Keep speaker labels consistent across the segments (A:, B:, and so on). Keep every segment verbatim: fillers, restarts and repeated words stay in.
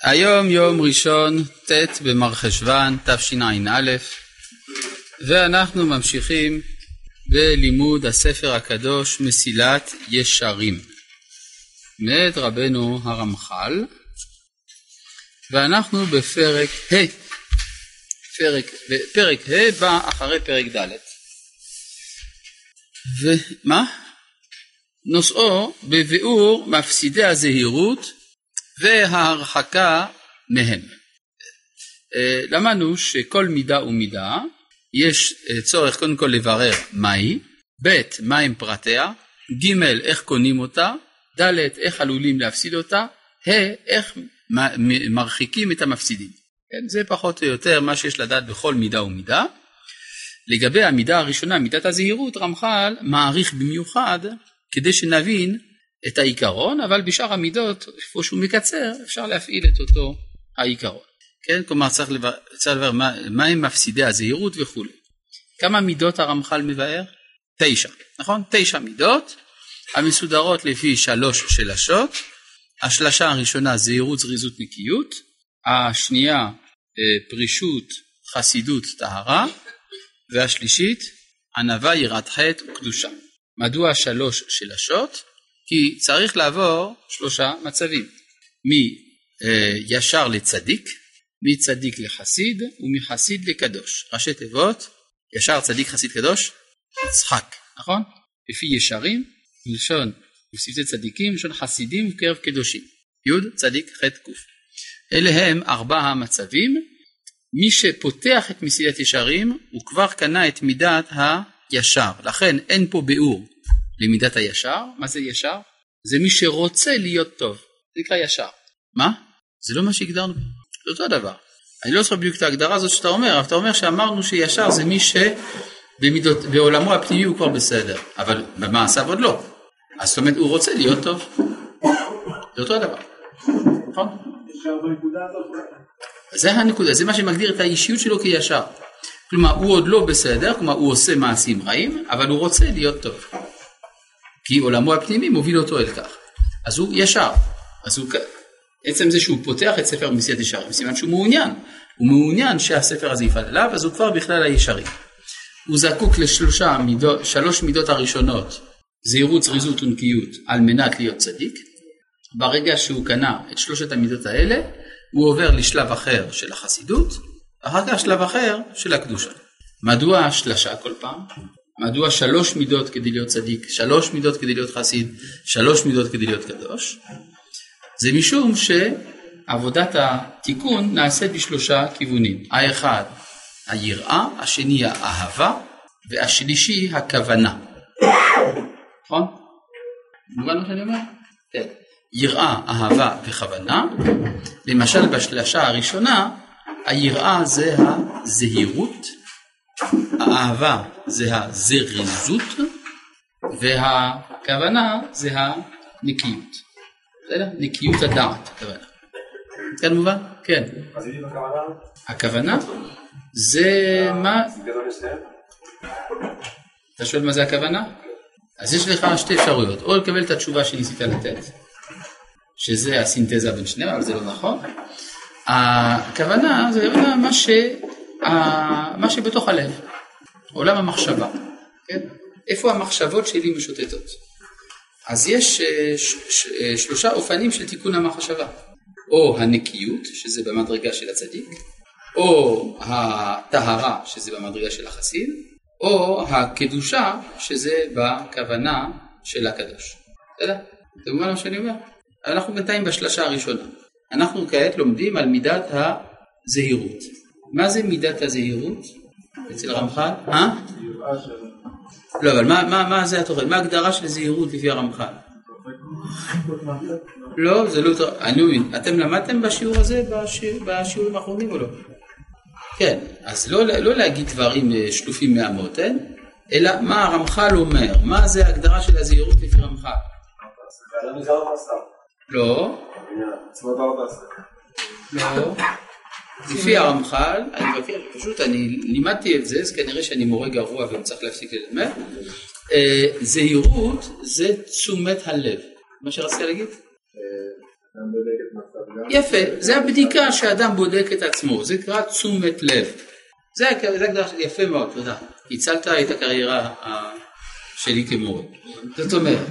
A: היום יום ראשון ט' במרחשוון תשע"א, ואנחנו ממשיכים בלימוד הספר הקדוש מסילת ישרים מאת רבנו הרמח"ל, ואנחנו בפרק ה'. פרק, פרק ה' בא אחרי פרק ד'. ומה? נושאו בביאור מפסידי הזהירות וההרחקה מהם. למדנו שכל מידה ומידה יש צורך קודם כל לברר מהי, ב' מהם פרטיה, ג' איך קונים אותה, ד' איך עלולים להפסיד אותה, ה' איך מרחיקים את המפסידים. זה פחות או יותר מה שיש לדעת בכל מידה ומידה. לגבי המידה הראשונה, מידת הזהירות, רמח"ל מעריך במיוחד כדי שנבין את העיקרון, אבל בשאר המידות, איפה שהוא מקצר, אפשר להפעיל את אותו העיקרון. כן? כלומר, צריך לברר, צריך לברר מה, מה הם מפסידי הזהירות וכו'. כמה מידות הרמח"ל מבאר? תשע, נכון? תשע מידות, המסודרות לפי שלוש שלשות. השלשה הראשונה, זהירות, זריזות, נקיות. השנייה, פרישות, חסידות, טהרה. והשלישית, ענווה, יראת חטא וקדושה. מדוע שלוש שלשות? כי צריך לעבור שלושה מצבים, מישר לצדיק, מצדיק לחסיד ומחסיד לקדוש. ראשי תיבות, ישר, צדיק, חסיד, קדוש, יצחק, נכון? לפי ישרים, מלשון ושפתי צדיקים, מלשון חסידים וקרב קדושים, י' צדיק ח' ק'. אלה הם ארבע המצבים. מי שפותח את מסילת ישרים הוא כבר קנה את מידת הישר, לכן אין פה ביאור למידת הישר. מה זה ישר? זה מי שרוצה להיות טוב, זה נקרא ישר. מה? זה לא מה שהגדרנו, זה אותו דבר. אני לא זוכר בדיוק את ההגדרה הזאת שאתה אומר, אבל אתה אומר שאמרנו שישר זה מי שבעולמו הפנימי הוא כבר בסדר, אבל במעשיו עוד לא. אז זאת אומרת הוא רוצה להיות טוב, זה אותו דבר, נכון? זה הנקודה, זה מה שמגדיר את האישיות שלו כישר. כלומר הוא עוד לא בסדר, כלומר הוא עושה מעשים רעים, אבל הוא רוצה להיות טוב, כי עולמו הפנימי מוביל אותו אל כך. אז הוא ישר, אז הוא, עצם זה שהוא פותח את ספר מסילת ישרים, סימן שהוא מעוניין, הוא מעוניין שהספר הזה יפעל עליו, אז הוא כבר בכלל הישרים. הוא זקוק לשלושה מידות, שלוש מידות הראשונות, זהירות, זריזות ונקיות, על מנת להיות צדיק. ברגע שהוא קנה את שלושת המידות האלה, הוא עובר לשלב אחר של החסידות, אחר כך שלב אחר של הקדושה. מדוע השלשה כל פעם? מדוע שלוש מידות כדי להיות צדיק, שלוש מידות כדי להיות חסיד, שלוש מידות כדי להיות קדוש? זה משום שעבודת התיקון נעשית בשלושה כיוונים. האחד, היראה, השני, האהבה, והשלישי, הכוונה. נכון? מובן מה שאני אומר? כן. יראה, אהבה וכוונה. למשל בשלשה הראשונה, היראה זה הזהירות, האהבה זה הזריזות, והכוונה זה הנקיות. בסדר? נקיות הדעת, הכוונה. כן מובן? כן. אז היא הכוונה? הכוונה זה מה... אתה שואל מה זה הכוונה? אז יש לך שתי אפשרויות, או לקבל את התשובה שניסית לתת, שזה הסינתזה בין שניהם, אבל זה לא נכון. הכוונה זה מה, ש... מה שבתוך הלב, עולם המחשבה, כן? איפה המחשבות שלי משוטטות? אז יש ש... ש... שלושה אופנים של תיקון המחשבה, או הנקיות, שזה במדרגה של הצדיק, או הטהרה, שזה במדרגה של החסיד, או הקדושה, שזה בכוונה של הקדוש. בסדר? זה מובן מה שאני אומר? אנחנו בינתיים בשלשה הראשונה. אנחנו כעת לומדים על מידת הזהירות. מה זה מידת הזהירות? אצל הרמח"ל? אה? לא, אבל מה, מה, מה זה התוכן? מה ההגדרה של זהירות לפי הרמח"ל? לא, זה לא... אני מבין. אתם למדתם בשיעור הזה, בשיעור, בשיעורים האחרונים או לא? כן, אז לא, לא להגיד דברים שלופים מהמותן, אלא מה הרמח"ל אומר, מה זה ההגדרה של הזהירות לפי רמח"ל? לא. לא. לפי הרמח"ל, אני מבקר, פשוט אני לימדתי את זה, אז כנראה שאני מורה גרוע וצריך להפסיק ללמד. זהירות זה תשומת הלב. מה שרציתי להגיד? יפה, זה הבדיקה שאדם בודק את עצמו, זה נקרא תשומת לב. זה הגדרה שלי, יפה מאוד, תודה. הצלת את הקריירה שלי כמורה. זאת אומרת,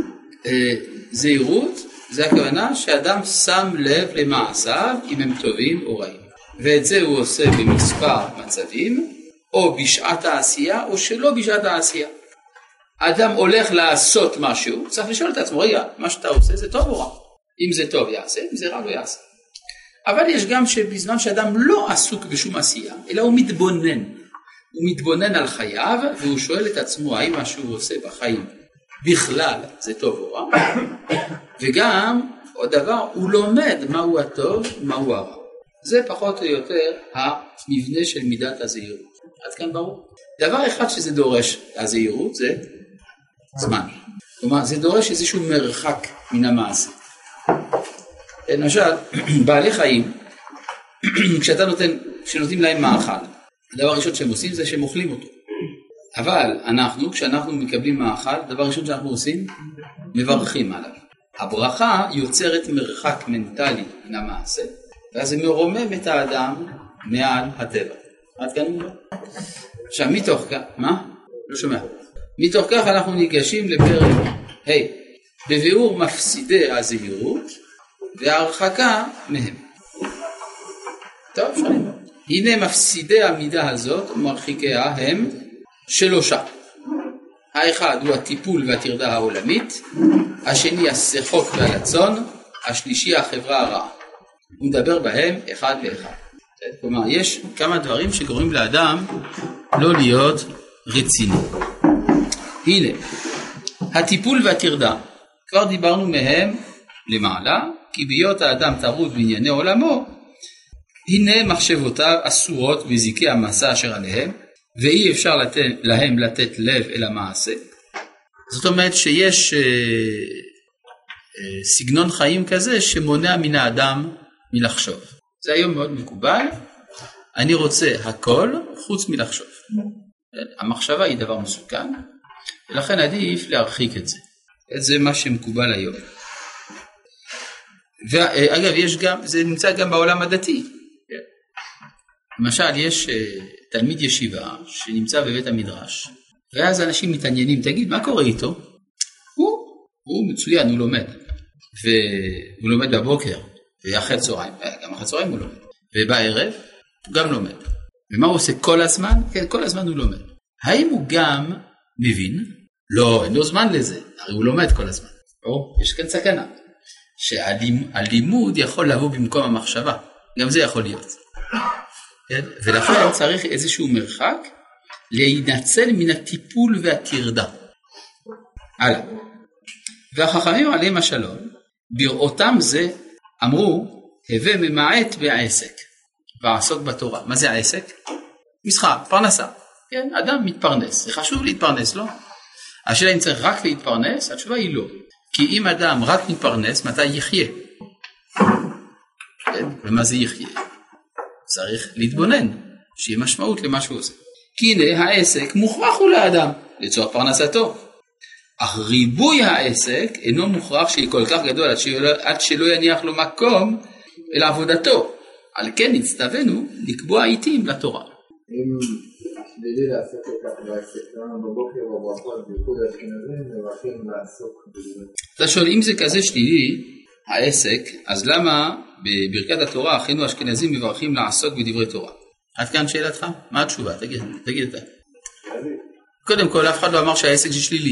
A: זהירות זה הכוונה שאדם שם לב למעשיו אם הם טובים או רעים. ואת זה הוא עושה במספר מצבים, או בשעת העשייה או שלא בשעת העשייה. האדם הולך לעשות משהו, צריך לשאול את עצמו, רגע, מה שאתה עושה זה טוב או רע? אם זה טוב יעשה, אם זה רע לא יעשה. אבל יש גם שבזמן שאדם לא עסוק בשום עשייה, אלא הוא מתבונן. הוא מתבונן על חייו, והוא שואל את עצמו, האם מה שהוא עושה בחיים בכלל זה טוב או רע? וגם, עוד דבר, הוא לומד מהו הטוב ומהו הרע. זה פחות או יותר המבנה של מידת הזהירות. עד כאן ברור. דבר אחד שזה דורש, הזהירות, זה זמן. כלומר, זה דורש איזשהו מרחק מן המעשה. למשל, בעלי חיים, כשאתה נותן, כשנותנים להם מאכל, הדבר הראשון שהם עושים זה שהם אוכלים אותו. אבל אנחנו, כשאנחנו מקבלים מאכל, הדבר הראשון שאנחנו עושים, מברכים עליו. הברכה יוצרת מרחק מנטלי מן המעשה, ואז זה מרומם את האדם מעל הטבע. עד כאן לא? עכשיו, מתוך כך, מה? לא שומע. מתוך כך אנחנו ניגשים לפרק, היי, בביאור מפסידי הזהירות, וההרחקה מהם. טוב, שנים. הנה מפסידי המידה הזאת ומרחיקיה הם שלושה. האחד הוא הטיפול והטרדה העולמית, השני השחוק והלצון, השלישי החברה הרעה. הוא מדבר בהם אחד ואחד. כלומר, יש כמה דברים שגורמים לאדם לא להיות רציני. הנה, הטיפול והטרדה, כבר דיברנו מהם למעלה, כי בהיות האדם טרוד בענייני עולמו, הנה מחשבותיו אסורות בזיקי המסע אשר עליהם, ואי אפשר לתת, להם לתת לב אל המעשה. זאת אומרת שיש אה, אה, סגנון חיים כזה שמונע מן האדם מלחשוב. זה היום מאוד מקובל, אני רוצה הכל חוץ מלחשוב. המחשבה היא דבר מסוכן, ולכן עדיף להרחיק את זה. זה מה שמקובל היום. ואגב, יש גם, זה נמצא גם בעולם הדתי. למשל, יש תלמיד ישיבה שנמצא בבית המדרש, ואז אנשים מתעניינים, תגיד, מה קורה איתו? הוא, הוא מצוין, הוא לומד. והוא לומד בבוקר, ואחרי צהריים, גם אחרי צהריים הוא לומד. ובערב, הוא גם לומד. ומה הוא עושה כל הזמן? כן, כל הזמן הוא לומד. האם הוא גם מבין? לא, אין לו זמן לזה, הרי הוא לומד כל הזמן. או, יש כאן סכנה. שהלימוד יכול לבוא במקום המחשבה, גם זה יכול להיות. כן? ולכן צריך איזשהו מרחק להינצל מן הטיפול והטרדה. הלאה. והחכמים עליהם השלום, בראותם זה אמרו, הווה ממעט בעסק, ועסוק בתורה. מה זה העסק? מסחר, פרנסה. כן? אדם מתפרנס, זה חשוב להתפרנס, לא? השאלה אם צריך רק להתפרנס, התשובה היא לא. כי אם אדם רק מתפרנס, מתי יחיה? כן? ומה זה יחיה? צריך להתבונן, שיהיה משמעות למה שהוא עושה. כי הנה העסק מוכרח הוא לאדם, לצורך פרנסתו. אך ריבוי העסק אינו מוכרח שהיא כל כך גדול, עד שלא, עד שלא יניח לו מקום אל עבודתו. על כן נצטווינו לקבוע עיתים לתורה.
B: אם שלילי לעסוק כל כך בעסק, למה בבוקר וברכות בייחוד האשכנזים מברכים לעסוק בזה?
A: אתה שואל, אם זה כזה שלילי, העסק, אז למה בברכת התורה אחינו האשכנזים מברכים לעסוק בדברי תורה? עד כאן שאלתך? מה התשובה? תגיד, תגיד אתה. קודם כל, אף אחד לא אמר שהעסק זה שלילי.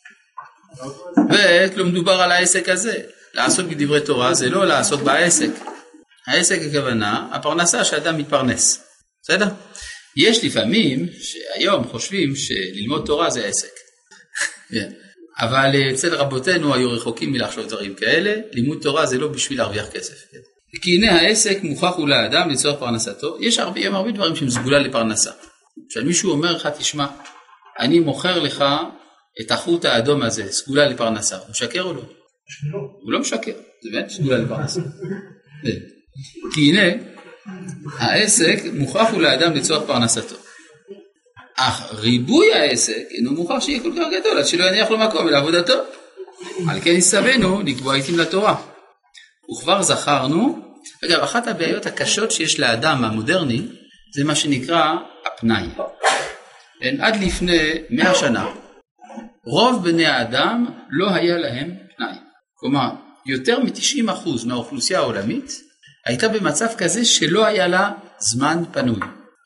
A: ולא מדובר על העסק הזה. לעסוק בדברי תורה זה לא לעסוק בעסק. העסק הכוונה, הפרנסה שאדם מתפרנס. בסדר? יש לפעמים שהיום חושבים שללמוד תורה זה עסק. אבל אצל רבותינו היו רחוקים מלחשוב דברים כאלה, לימוד תורה זה לא בשביל להרוויח כסף. כי הנה העסק מוכח הוא לאדם לצורך פרנסתו, יש הרבה, הרבה דברים שהם סגולה לפרנסה. כשמישהו אומר לך, תשמע, אני מוכר לך את החוט האדום הזה, סגולה לפרנסה, הוא משקר או לא? הוא לא משקר, זה באמת סגולה לפרנסה. כי הנה, העסק מוכח הוא לאדם לצורך פרנסתו. אך ריבוי העסק אינו מוכרח שיהיה כל כך גדול, עד שלא יניח לו מקום אל עבודתו. על כן נצטווינו לקבוע עיתים לתורה. וכבר זכרנו, אגב, אחת הבעיות הקשות שיש לאדם המודרני, זה מה שנקרא הפנאי. עד לפני מאה שנה, רוב בני האדם לא היה להם פנאי. כלומר, יותר מ-תשעים אחוז מהאוכלוסייה העולמית, הייתה במצב כזה שלא היה לה זמן פנוי.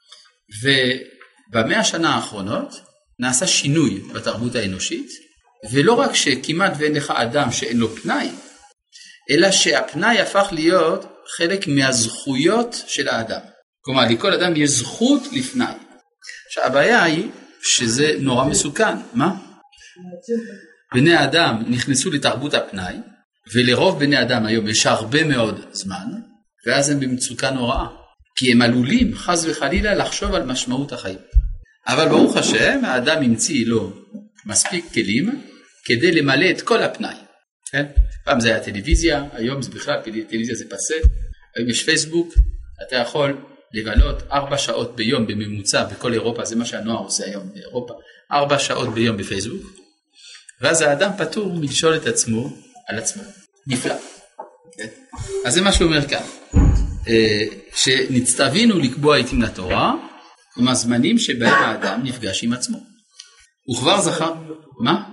A: ובמאה השנה האחרונות, נעשה שינוי בתרבות האנושית, ולא רק שכמעט ואין לך אדם שאין לו פנאי, אלא שהפנאי הפך להיות חלק מהזכויות של האדם. כלומר, לכל אדם יש זכות לפנאי. עכשיו, הבעיה היא שזה נורא מסוכן. מה? בני האדם נכנסו לתרבות הפנאי, ולרוב בני אדם היום יש הרבה מאוד זמן, ואז הם במצוקה נוראה. כי הם עלולים, חס וחלילה, לחשוב על משמעות החיים. אבל ברוך השם, האדם המציא לו מספיק כלים, כדי למלא את כל הפנאי. כן? פעם זה היה טלוויזיה, היום זה בכלל, טלוויזיה זה פסה, היום יש פייסבוק, אתה יכול לבלות ארבע שעות ביום בממוצע בכל אירופה, זה מה שהנוער עושה היום באירופה, ארבע שעות ביום בפייסבוק, ואז האדם פטור מלשאול את עצמו על עצמו. נפלא. כן? אז זה מה שהוא אומר כאן, שנצטווינו לקבוע עתים לתורה, עם הזמנים שבהם האדם נפגש עם עצמו. וכבר זכר, מה?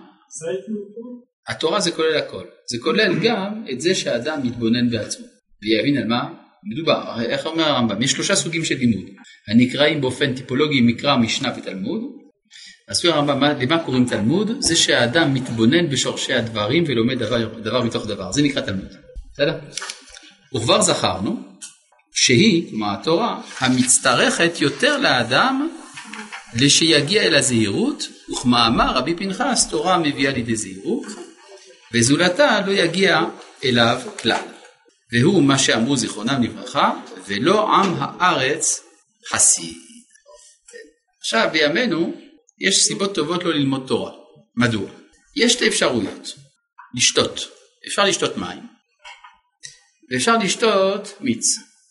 A: התורה זה כולל הכל, זה כולל גם את זה שהאדם מתבונן בעצמו, ויבין על מה מדובר. איך אומר הרמב"ם? יש שלושה סוגים של לימוד, הנקראים באופן טיפולוגי מקרא, משנה ותלמוד. אז הרמב"ם, למה קוראים תלמוד? זה שהאדם מתבונן בשורשי הדברים ולומד דבר, דבר מתוך דבר, זה נקרא תלמוד. בסדר? וכבר זכרנו שהיא, כלומר התורה, המצטרכת יותר לאדם לשיגיע אל הזהירות, וכמאמר רבי פנחס, תורה מביאה לידי זהירות, וזולתה לא יגיע אליו כלל. והוא מה שאמרו זיכרונם לברכה, ולא עם הארץ חסי. עכשיו בימינו יש סיבות טובות לא ללמוד תורה. מדוע? יש שתי אפשרויות. לשתות. אפשר לשתות מים, ואפשר לשתות מיץ.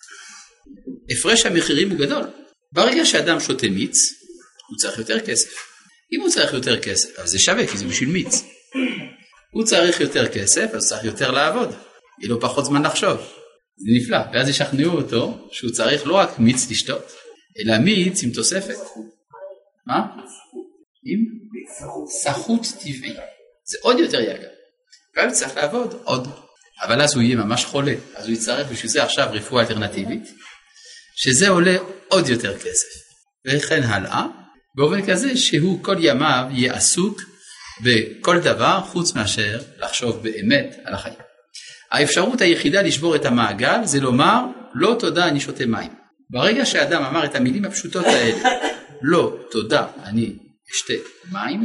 A: הפרש המחירים הוא גדול. ברגע שאדם שותה מיץ, הוא צריך יותר כסף. אם הוא צריך יותר כסף, אז זה שווה, כי זה בשביל מיץ. הוא צריך יותר כסף, אז צריך יותר לעבוד. יהיה לו פחות זמן לחשוב. זה נפלא. ואז ישכנעו אותו שהוא צריך לא רק מיץ לשתות, אלא מיץ עם תוספת. מה? עם סחות טבעי. זה עוד יותר יקר. ואז צריך לעבוד עוד. אבל אז הוא יהיה ממש חולה. אז הוא יצטרך בשביל זה עכשיו רפואה אלטרנטיבית, שזה עולה עוד יותר כסף. וכן הלאה. באופן כזה שהוא כל ימיו יהיה עסוק בכל דבר חוץ מאשר לחשוב באמת על החיים. האפשרות היחידה לשבור את המעגל זה לומר לא תודה אני שותה מים. ברגע שאדם אמר את המילים הפשוטות האלה, לא תודה אני אשתה מים,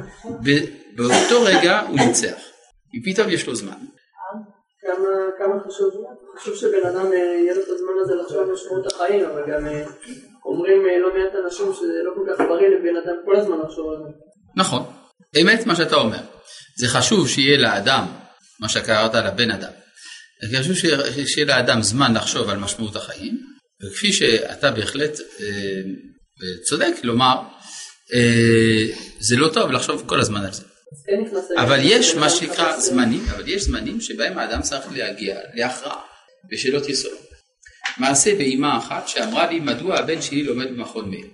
A: באותו רגע הוא ניצח. כי פתאום יש לו זמן.
C: כמה, כמה חשוב, חשוב שבן אדם יהיה לו את הזמן הזה לחשוב על משמעות החיים, אבל גם אומרים לא מעט אנשים שזה לא כל כך בריא לבן אדם כל הזמן לחשוב על זה.
A: נכון, אמת מה שאתה אומר. זה חשוב שיהיה לאדם, מה שקראת לבן אדם, זה חשוב שיהיה לאדם זמן לחשוב על משמעות החיים, וכפי שאתה בהחלט אה, צודק, לומר, אה, זה לא טוב לחשוב כל הזמן על זה. אבל יש מה שנקרא זמנים, אבל יש זמנים שבהם האדם צריך להגיע להכרעה בשאלות יסוד. מעשה באמא אחת שאמרה לי מדוע הבן שלי לומד במכון מאיר.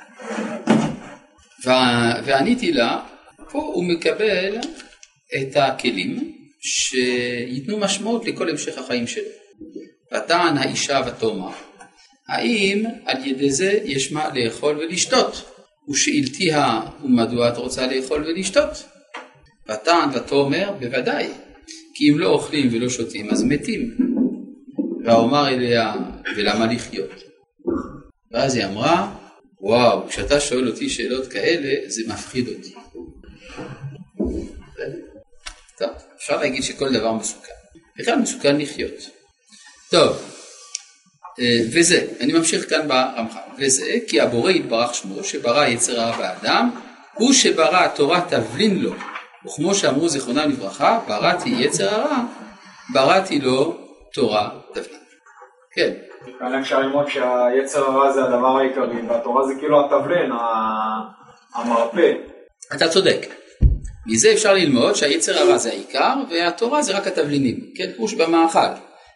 A: ועניתי לה, פה הוא מקבל את הכלים שיתנו משמעות לכל המשך החיים שלו. ותען האישה ותאמר, האם על ידי זה יש מה לאכול ולשתות? ושאלתיה, ומדוע את רוצה לאכול ולשתות? ותען ותאמר, בוודאי, כי אם לא אוכלים ולא שותים אז מתים. ואומר אליה, ולמה לחיות? ואז היא אמרה, וואו, כשאתה שואל אותי שאלות כאלה, זה מפחיד אותי. טוב, אפשר להגיד שכל דבר מסוכן. בכלל מסוכן לחיות. טוב, וזה, אני ממשיך כאן ברמח"ל, וזה, כי הבורא יתברך שמו, שברא יצר הרע באדם, הוא שברא התורה תבלין לו, וכמו שאמרו זיכרונם לברכה, בראתי יצר הרע, בראתי לו תורה תבלין. כן.
D: כאן אפשר ללמוד שהיצר הרע זה הדבר העיקרי, והתורה זה כאילו התבלין, המרפא.
A: אתה צודק. מזה אפשר ללמוד שהיצר הרע זה העיקר, והתורה זה רק התבלינים. כן, כמו שבמאכל.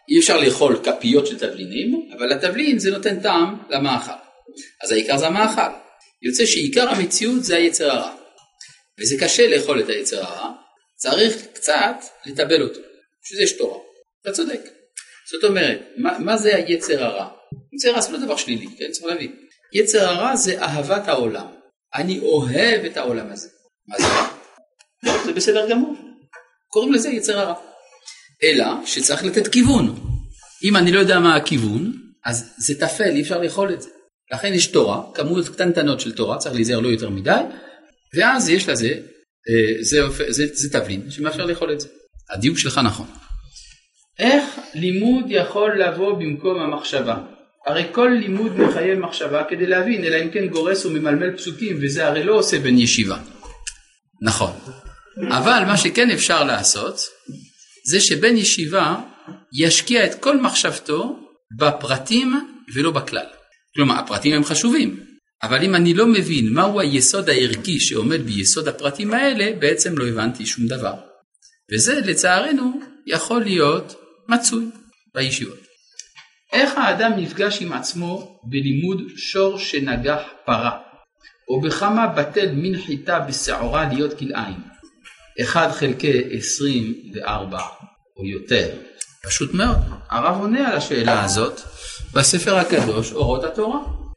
A: אי אפשר לאכול כפיות של תבלינים, אבל התבלין זה נותן טעם למאכל. אז העיקר זה המאכל. יוצא שעיקר המציאות זה היצר הרע. וזה קשה לאכול את היצר הרע, צריך קצת לטבל אותו. שזה יש תורה. אתה צודק. זאת אומרת, מה, מה זה היצר הרע? יצר הרע זה לא דבר שלילי, כן? צריך להבין. יצר הרע זה אהבת העולם. אני אוהב את העולם הזה. מה זה רע? לא, זה בסדר גמור. קוראים לזה יצר הרע. אלא שצריך לתת כיוון. אם אני לא יודע מה הכיוון, אז זה תפל, אי אפשר לאכול את זה. לכן יש תורה, כמות קטנטנות של תורה, צריך להיזהר לא יותר מדי, ואז יש לזה, זה, זה, זה, זה תבלין, שמאפשר לאכול את זה. הדיוק שלך נכון. איך לימוד יכול לבוא במקום המחשבה? הרי כל לימוד מחייב מחשבה כדי להבין, אלא אם כן גורס וממלמל פסוקים, וזה הרי לא עושה בן ישיבה. נכון. אבל מה שכן אפשר לעשות, זה שבן ישיבה ישקיע את כל מחשבתו בפרטים ולא בכלל. כלומר, הפרטים הם חשובים, אבל אם אני לא מבין מהו היסוד הערכי שעומד ביסוד הפרטים האלה, בעצם לא הבנתי שום דבר. וזה לצערנו יכול להיות מצוי בישיבות. איך האדם נפגש עם עצמו בלימוד שור שנגח פרה, או בכמה בטל מן חיטה בשעורה להיות כלאיים, אחד חלקי עשרים וארבע או יותר. פשוט מאוד, הרב עונה על השאלה הזאת בספר הקדוש אורות התורה.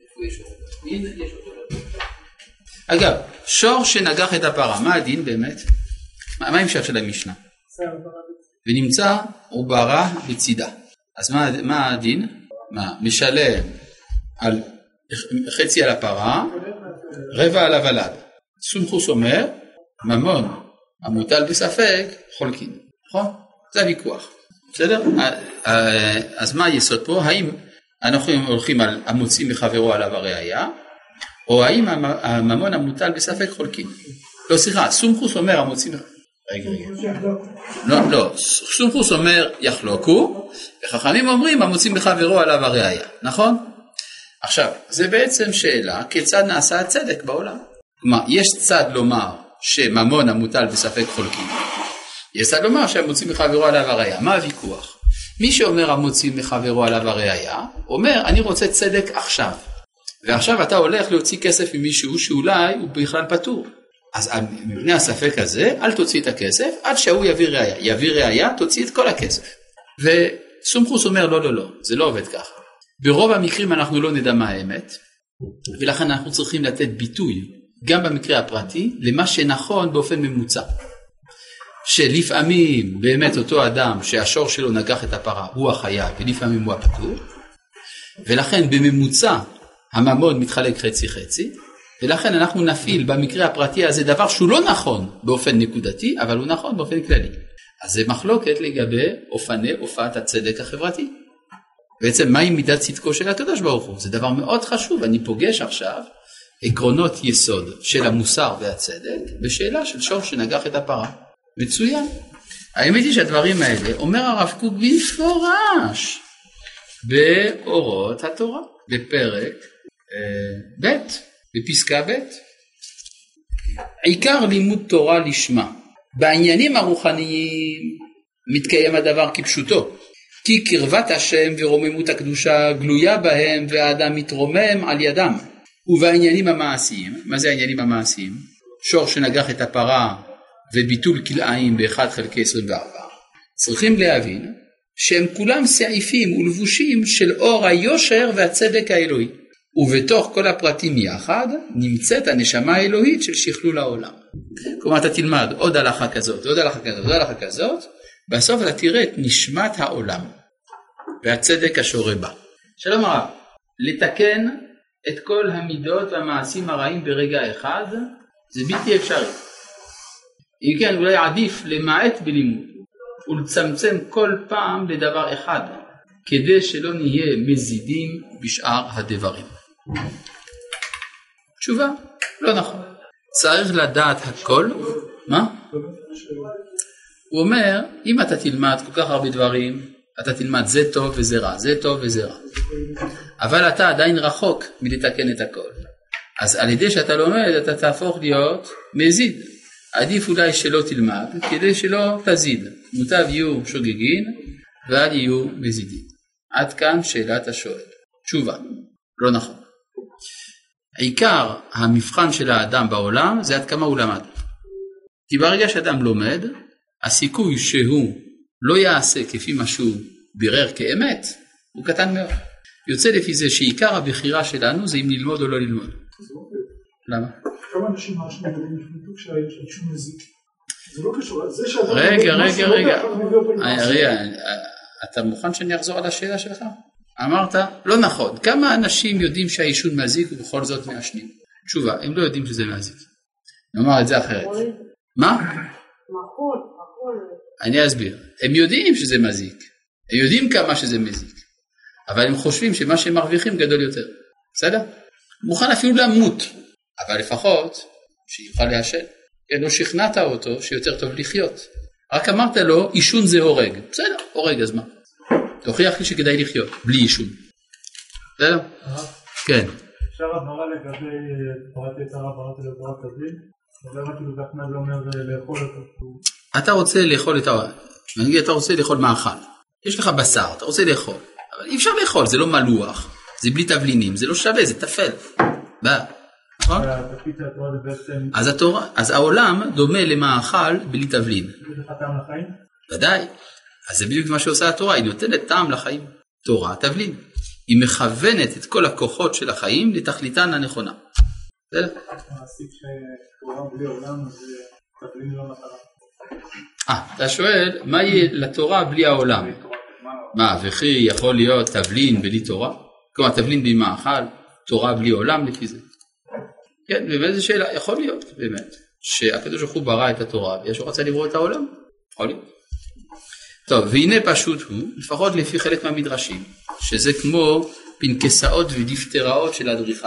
A: אגב, שור שנגח את הפרה, מה הדין באמת? מה המשך של המשנה? ונמצא עוברה בצידה. אז מה, מה הדין? מה, משלם על חצי על הפרה, רבע על הוולד. סומכוס אומר, ממון המוטל בספק חולקין. נכון? זה הוויכוח. בסדר? אז מה היסוד פה? האם אנחנו הולכים על המוציא מחברו עליו הראיה, או האם הממון המוטל בספק חולקין? לא, סליחה, סומכוס אומר המוציא מחברו. רגע, רגע. לא, לא, סומכוס אומר יחלוקו, וחכמים אומרים המוציא מחברו עליו הראיה. נכון? עכשיו, זה בעצם שאלה כיצד נעשה הצדק בעולם. כלומר, יש צד לומר שממון המוטל בספק חולקין. יש צד לומר שהמוציא מחברו עליו הראיה. מה הוויכוח? מי שאומר המוציא מחברו עליו הראיה, אומר אני רוצה צדק עכשיו. ועכשיו אתה הולך להוציא כסף ממישהו שאולי הוא בכלל פטור. אז מבנה הספק הזה, אל תוציא את הכסף עד שהוא יביא ראיה. יביא ראיה, תוציא את כל הכסף. וסומכוס אומר לא, לא, לא, זה לא עובד ככה. ברוב המקרים אנחנו לא נדע מה האמת, ולכן אנחנו צריכים לתת ביטוי, גם במקרה הפרטי, למה שנכון באופן ממוצע. שלפעמים באמת אותו אדם שהשור שלו נגח את הפרה הוא החייב, ולפעמים הוא הפטור, ולכן בממוצע הממון מתחלק חצי חצי, ולכן אנחנו נפעיל במקרה הפרטי הזה דבר שהוא לא נכון באופן נקודתי, אבל הוא נכון באופן כללי. אז זה מחלוקת לגבי אופני הופעת הצדק החברתי. בעצם מהי מידת צדקו של הקדוש ברוך הוא? זה דבר מאוד חשוב. אני פוגש עכשיו עקרונות יסוד של המוסר והצדק בשאלה של שור שנגח את הפרה. מצוין. האמת היא שהדברים האלה אומר הרב קוק במפורש באורות התורה, בפרק אה, ב', בפסקה ב'. עיקר לימוד תורה לשמה. בעניינים הרוחניים מתקיים הדבר כפשוטו. כי קרבת השם ורוממות הקדושה גלויה בהם והאדם מתרומם על ידם. ובעניינים המעשיים, מה זה העניינים המעשיים? שור שנגח את הפרה וביטול כלאיים באחד חלקי עשרים וארבע. צריכים להבין שהם כולם סעיפים ולבושים של אור היושר והצדק האלוהי. ובתוך כל הפרטים יחד נמצאת הנשמה האלוהית של שכלול העולם. כלומר אתה תלמד עוד הלכה כזאת, עוד הלכה כזאת, עוד הלכה כזאת, בסוף אתה תראה את נשמת העולם והצדק השורה בה. שלום הרב, לתקן את כל המידות והמעשים הרעים ברגע אחד זה בלתי אפשרי. אם כן אולי עדיף למעט בלימוד ולצמצם כל פעם לדבר אחד כדי שלא נהיה מזידים בשאר הדברים. תשובה, לא נכון. צריך לדעת הכל. מה? הוא אומר, אם אתה תלמד כל כך הרבה דברים, אתה תלמד זה טוב וזה רע, זה טוב וזה רע. אבל אתה עדיין רחוק מלתקן את הכל. אז על ידי שאתה לומד, אתה תהפוך להיות מזיד. עדיף אולי שלא תלמד, כדי שלא תזיד. מוטב יהיו שוגגין, ואל יהיו מזידים. עד כאן שאלת השואל. תשובה, לא נכון. עיקר המבחן של האדם בעולם זה עד כמה הוא למד. כי ברגע שאדם לומד, הסיכוי שהוא לא יעשה כפי מה שהוא בירר כאמת, הוא קטן מאוד. יוצא לפי זה שעיקר הבחירה שלנו זה אם ללמוד או לא ללמוד. למה?
E: כמה אנשים מעשנים ילדים לפני שיש שום מזיק? זה לא קשור, זה שאדם...
A: רגע, רגע, רגע. רגע, אתה מוכן שאני אחזור על השאלה שלך? אמרת, לא נכון. כמה אנשים יודעים שהעישון מזיק ובכל זאת מעשנים? תשובה, הם לא יודעים שזה מזיק. נאמר את זה אחרת. מה?
F: מחול, מחול.
A: אני אסביר. הם יודעים שזה מזיק. הם יודעים כמה שזה מזיק. אבל הם חושבים שמה שהם מרוויחים גדול יותר. בסדר? מוכן אפילו למות. אבל לפחות שיוכל להשל. כן, לא שכנעת אותו שיותר טוב לחיות. רק אמרת לו, עישון זה הורג. בסדר, הורג, אז מה? תוכיח לי שכדאי לחיות, בלי עישון. בסדר? כן.
E: אפשר הבהרה לגבי תורת יצר הבהרת לתורת תבלין? ולמה כאילו גחמד לא אומר לאכול אותו?
A: אתה רוצה לאכול את ה... נגיד, אתה רוצה לאכול מאכל. יש לך בשר, אתה רוצה לאכול. אבל אי אפשר לאכול, זה לא מלוח. זה בלי תבלינים, זה לא שווה, זה תפל. בא. נכון? אז התורה, אז העולם דומה למאכל בלי תבלין.
E: זה לך טעם לחיים?
A: ודאי. אז זה בדיוק מה שעושה התורה, היא נותנת טעם לחיים. תורה, תבלין. היא מכוונת את כל הכוחות של החיים לתכליתן הנכונה. בסדר?
E: מעסיק שתורה בלי עולם, אז תבלין לא מטרה.
A: אה, אתה שואל, מה יהיה לתורה בלי העולם? מה, וכי יכול להיות תבלין בלי תורה? כלומר, תבלין בלי מאכל, תורה בלי עולם לפי זה. כן, באמת זו שאלה, יכול להיות, באמת, שהקדוש ברוך הוא ברא את התורה, וישו רצה לברוא את העולם, יכול להיות. טוב, והנה פשוט הוא, לפחות לפי חלק מהמדרשים, שזה כמו פנקסאות ודפטראות של אדריכל.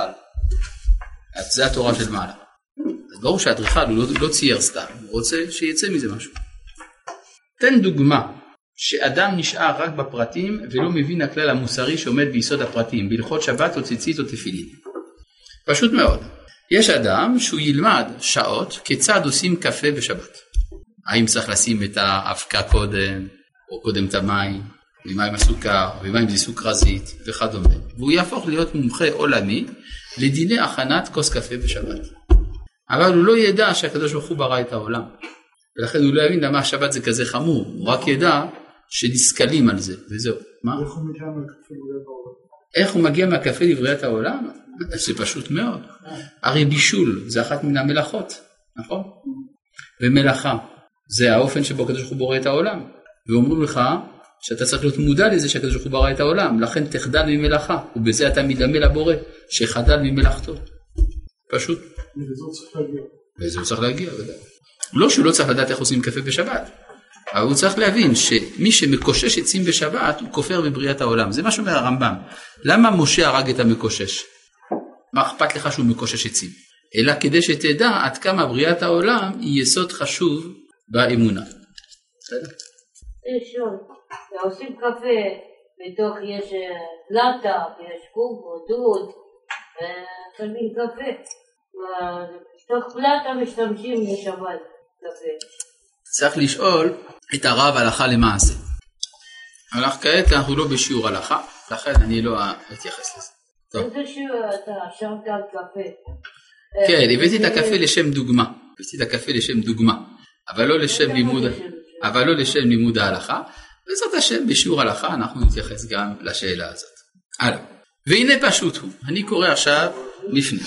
A: זה התורה של מעלה. אז ברור שהאדריכל הוא לא, לא צייר סתם, הוא רוצה שיצא מזה משהו. תן דוגמה, שאדם נשאר רק בפרטים, ולא מבין הכלל המוסרי שעומד ביסוד הפרטים, בהלכות שבת או ציצית או תפילין. פשוט מאוד. יש אדם שהוא ילמד שעות כיצד עושים קפה בשבת. האם צריך לשים את האבקה קודם, או קודם את המים, ומה עם הסוכר, ומה עם זה סוכרזית, וכדומה. והוא יהפוך להיות מומחה עולמי לדיני הכנת כוס קפה בשבת. אבל הוא לא ידע שהקדוש ברוך הוא ברא את העולם. ולכן הוא לא יבין למה השבת זה כזה חמור. הוא רק ידע שנסכלים על זה, וזהו. מה?
E: איך הוא מגיע מהקפה לבריאת העולם?
A: איך הוא מגיע מהקפה לבריאת העולם? זה פשוט מאוד. הרי בישול זה אחת מן המלאכות, נכון? ומלאכה זה האופן שבו הקדוש ברוך הוא בורא את העולם. ואומרים לך שאתה צריך להיות מודע לזה שהקדוש ברוך הוא ברא את העולם, לכן תחדל ממלאכה, ובזה אתה מדמה לבורא שחדל ממלאכתו. פשוט.
E: וזה הוא צריך להגיע.
A: וזה הוא צריך להגיע, ודאי. לא שהוא לא צריך לדעת איך עושים קפה בשבת, אבל הוא צריך להבין שמי שמקושש עצים בשבת הוא כופר בבריאת העולם. זה מה שאומר הרמב"ם. למה משה הרג את המקושש? מה אכפת לך שהוא מקושש עצים? אלא כדי שתדע עד כמה בריאת העולם היא יסוד חשוב באמונה. בסדר?
F: שואל, עושים קפה, בתוך יש פלטה, יש קוקו, דוד, ושמים קפה. בתוך פלטה משתמשים לשבת קפה.
A: צריך לשאול את הרב הלכה למעשה. אבל כעת אנחנו לא בשיעור הלכה, לכן אני לא אתייחס לזה.
F: איזה שיעור אתה שמת על קפה?
A: כן, הבאתי את הקפה לשם דוגמה. הבאתי את הקפה לשם דוגמה. אבל לא לשם לימוד, אבל לא לשם לימוד ההלכה. וזאת השם בשיעור הלכה אנחנו נתייחס גם לשאלה הזאת. הלאה. והנה פשוט הוא. אני קורא עכשיו לפני.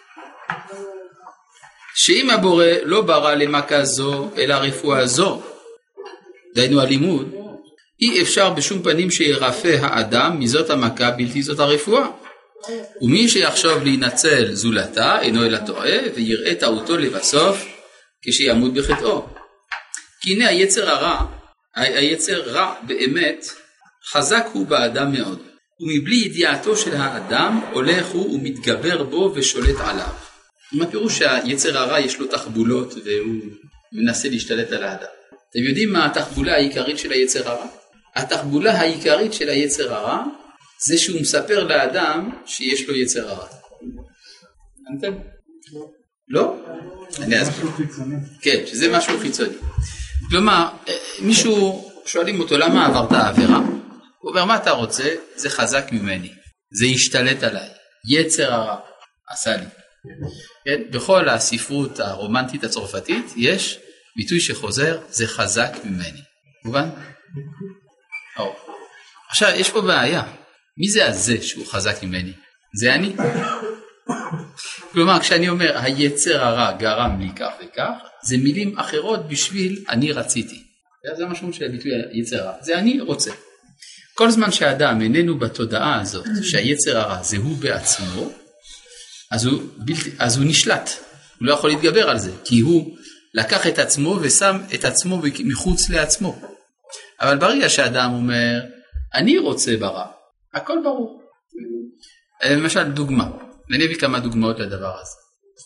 A: שאם הבורא לא ברא למכה זו אלא רפואה זו, דיינו הלימוד, אי אפשר בשום פנים שירפא האדם מזאת המכה בלתי זאת הרפואה. ומי שיחשוב להינצל זולתה אינו אלא טועה ויראה טעותו לבסוף כשימות בחטאו. כי הנה היצר הרע, היצר רע באמת חזק הוא באדם מאוד, ומבלי ידיעתו של האדם הולך הוא ומתגבר בו ושולט עליו. עם הפירוש שהיצר הרע יש לו תחבולות והוא מנסה להשתלט על האדם. אתם יודעים מה התחבולה העיקרית של היצר הרע? התחבולה העיקרית של היצר הרע זה שהוא מספר לאדם שיש לו יצר הרע. הבנתם? לא? אני אסביר. כן, שזה משהו חיצוני. כלומר, מישהו שואלים אותו למה עברת העבירה, הוא אומר מה אתה רוצה, זה חזק ממני, זה השתלט עליי, יצר הרע עשה לי. כן? בכל הספרות הרומנטית הצרפתית יש ביטוי שחוזר, זה חזק ממני. מובן? או. עכשיו יש פה בעיה, מי זה הזה שהוא חזק ממני? זה אני. כלומר כשאני אומר היצר הרע גרם לי כך וכך, זה מילים אחרות בשביל אני רציתי. זה המשמעות של הביטוי היצר הרע, זה אני רוצה. כל זמן שהאדם איננו בתודעה הזאת שהיצר הרע זה הוא בעצמו, אז הוא, בלתי, אז הוא נשלט, הוא לא יכול להתגבר על זה, כי הוא לקח את עצמו ושם את עצמו מחוץ לעצמו. אבל ברגע שהאדם אומר אני רוצה ברע, הכל ברור. למשל דוגמה, אני אביא כמה דוגמאות לדבר הזה.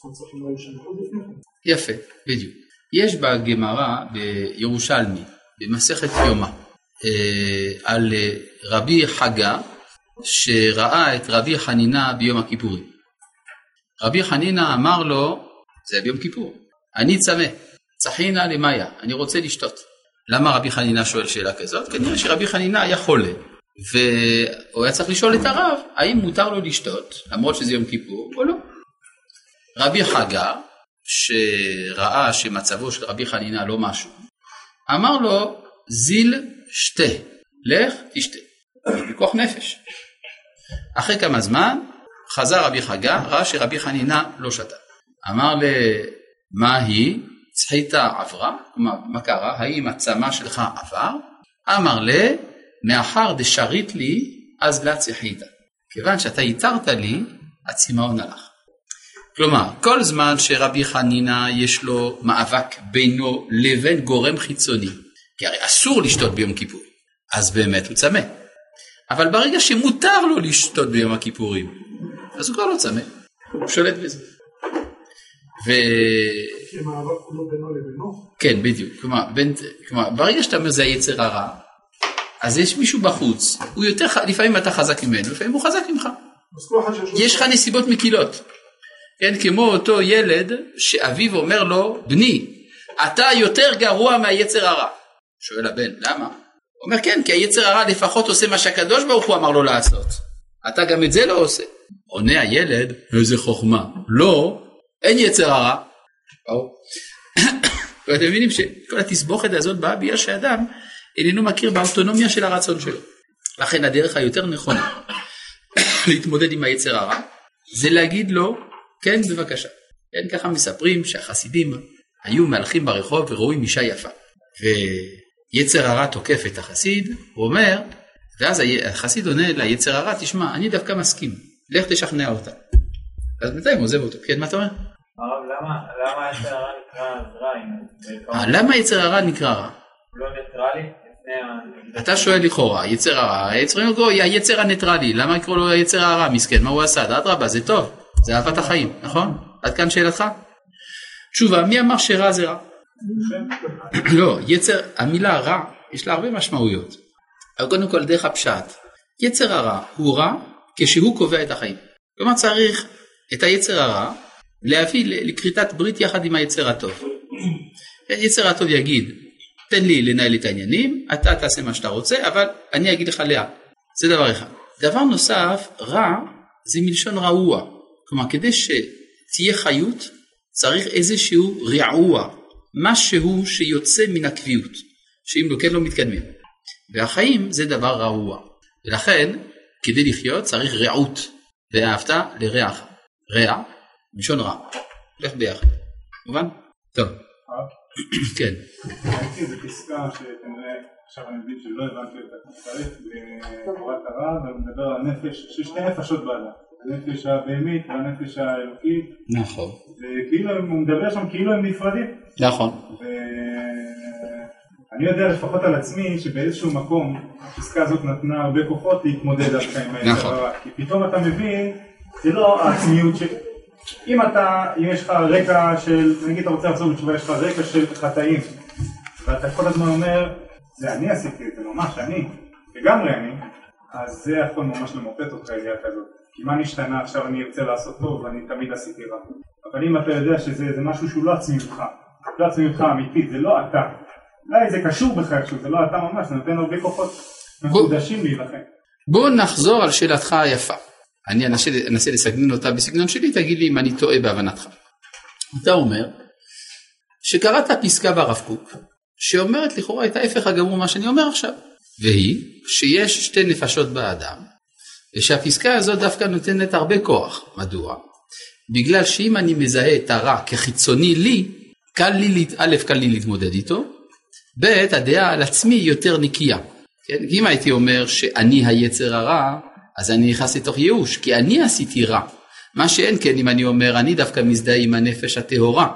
A: יפה, בדיוק. יש בגמרא בירושלמי, במסכת יומא, על רבי חגה שראה את רבי חנינה ביום הכיפורים. רבי חנינה אמר לו, זה ביום כיפור, אני צמא, צחינה למאיה, אני רוצה לשתות. למה רבי חנינה שואל שאלה כזאת? כנראה שרבי חנינה היה חולה, והוא היה צריך לשאול את הרב, האם מותר לו לשתות, למרות שזה יום כיפור או לא. רבי חגה, שראה שמצבו של רבי חנינה לא משהו, אמר לו, זיל שתה, לך תשתה, בכוח נפש. אחרי כמה זמן, חזר רבי חגה, ראה שרבי חנינה לא שתה. אמר לה, מה היא? צחיתה עברה? מה קרה? האם הצמא שלך עבר? אמר לה, מאחר דשרית לי, אז לה צחיתה. כיוון שאתה ייתרת לי, הצמאון הלך. כלומר, כל זמן שרבי חנינה יש לו מאבק בינו לבין גורם חיצוני, כי הרי אסור לשתות ביום כיפור, אז באמת הוא צמא. אבל ברגע שמותר לו לשתות ביום הכיפורים, אז הוא כבר לא צמא, הוא שולט בזה. ו...
E: שמאבק הוא לא בינו לבינו?
A: כן, בדיוק. כלומר, בין... כלומר, ברגע שאתה אומר זה היצר הרע, אז יש מישהו בחוץ, הוא יותר, לפעמים אתה חזק ממנו, לפעמים הוא חזק ממך. יש לך נסיבות מקילות. כן, כמו אותו ילד שאביו אומר לו, בני, אתה יותר גרוע מהיצר הרע. שואל הבן, למה? הוא אומר, כן, כי היצר הרע לפחות עושה מה שהקדוש ברוך הוא אמר לו לעשות. אתה גם את זה לא עושה. עונה הילד, איזה חוכמה. לא, אין יצר הרע. ואתם מבינים שכל התסבוכת הזאת באה בגלל שאדם איננו מכיר באוטונומיה של הרצון שלו. לכן הדרך היותר נכונה להתמודד עם היצר הרע, זה להגיד לו, כן, בבקשה. כן, ככה מספרים שהחסידים היו מהלכים ברחוב ורואים אישה יפה. ויצר הרע תוקף את החסיד, הוא אומר, ואז החסיד עונה ליצר הרע, תשמע, אני דווקא מסכים, לך תשכנע אותה. אז בינתיים עוזב אותו. כן, מה אתה אומר?
D: למה יצר הרע נקרא רע?
A: למה יצר הרע נקרא רע?
D: הוא לא ניטרלי?
A: אתה שואל לכאורה, יצר הרע, היצר הניטרלי, למה יקראו לו היצר הרע? מסכן, מה הוא עשה? אדרבה, זה טוב, זה אהבת החיים, נכון? עד כאן שאלתך? תשובה, מי אמר שרע זה רע? לא, יצר, המילה רע, יש לה הרבה משמעויות. אבל קודם כל דרך הפשט, יצר הרע הוא רע כשהוא קובע את החיים. כלומר צריך את היצר הרע להביא לכריתת ברית יחד עם היצר הטוב. היצר הטוב יגיד, תן לי לנהל את העניינים, אתה תעשה מה שאתה רוצה, אבל אני אגיד לך לאן. זה דבר אחד. דבר נוסף, רע זה מלשון רעוע. כלומר, כדי שתהיה חיות, צריך איזשהו רעוע, משהו שיוצא מן הקביעות, שאם לא כן לא מתקדמים. והחיים זה דבר רעוע. ולכן, כדי לחיות צריך רעות, ואהבת לרעך. רע, מלשון רע. לך ביחד. מובן? טוב. כן.
E: זה פסקה שכנראה, עכשיו אני מבין שלא הבנתי את התפריט בתורת הרע, אבל מדבר על הנפש, ששתי נפשות בעלה. הנפש הבהמית והנפש האלוקית.
A: נכון.
E: וכאילו הוא מדבר שם כאילו הם נפרדים.
A: נכון.
E: ואני יודע לפחות על עצמי שבאיזשהו מקום הפסקה הזאת נתנה הרבה כוחות להתמודד על חיים היצר. כי פתאום אתה מבין, זה לא העצמיות ש... אם אתה, אם יש לך רקע של, נגיד אתה רוצה לחזור בתשובה, יש לך רקע של חטאים, ואתה כל הזמן אומר, זה אני עשיתי את זה, ממש אני, לגמרי אני, אז זה יכול ממש למופת אותך ידיעה כזאת. כי מה נשתנה עכשיו אני ארצה לעשות טוב ואני תמיד עשיתי רע. אבל אם אתה יודע שזה זה משהו שהוא לא עצמיותך, לא עצמיותך אמיתית, זה לא אתה, אולי זה קשור בכלל, זה לא אתה ממש, זה נותן הרבה כוחות מחודשים להילחם.
A: בוא נחזור על שאלתך היפה. אני אנסה, אנסה לסגנן אותה בסגנון שלי, תגיד לי אם אני טועה בהבנתך. אתה אומר, שקראת פסקה ברב קוק, שאומרת לכאורה את ההפך הגמור מה שאני אומר עכשיו, והיא שיש שתי נפשות באדם, ושהפסקה הזאת דווקא נותנת הרבה כוח. מדוע? בגלל שאם אני מזהה את הרע כחיצוני לי, קל לי, א', קל לי להתמודד איתו, ב', הדעה על עצמי יותר נקייה. כן? אם הייתי אומר שאני היצר הרע, אז אני נכנס לתוך ייאוש, כי אני עשיתי רע. מה שאין כן, אם אני אומר, אני דווקא מזדהה עם הנפש הטהורה,